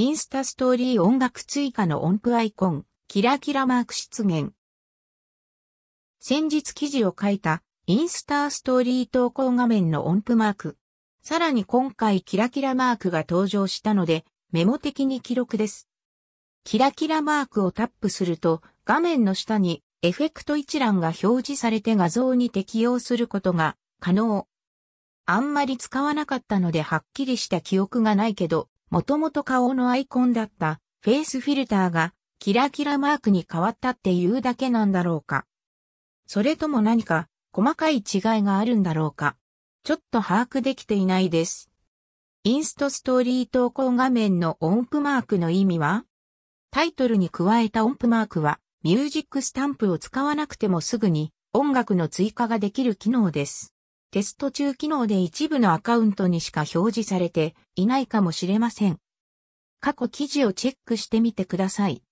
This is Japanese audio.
インスタストーリー音楽追加の音符アイコン、キラキラマーク出現。先日記事を書いたインスタストーリー投稿画面の音符マーク。さらに今回キラキラマークが登場したのでメモ的に記録です。キラキラマークをタップすると画面の下にエフェクト一覧が表示されて画像に適用することが可能。あんまり使わなかったのではっきりした記憶がないけど、もともと顔のアイコンだったフェイスフィルターがキラキラマークに変わったっていうだけなんだろうか。それとも何か細かい違いがあるんだろうか。ちょっと把握できていないです。インストストーリー投稿画面の音符マークの意味は？タイトルに加えた音符マークはミュージックスタンプを使わなくてもすぐに音楽の追加ができる機能です。テスト中機能で一部のアカウントにしか表示されていないかもしれません。過去記事をチェックしてみてください。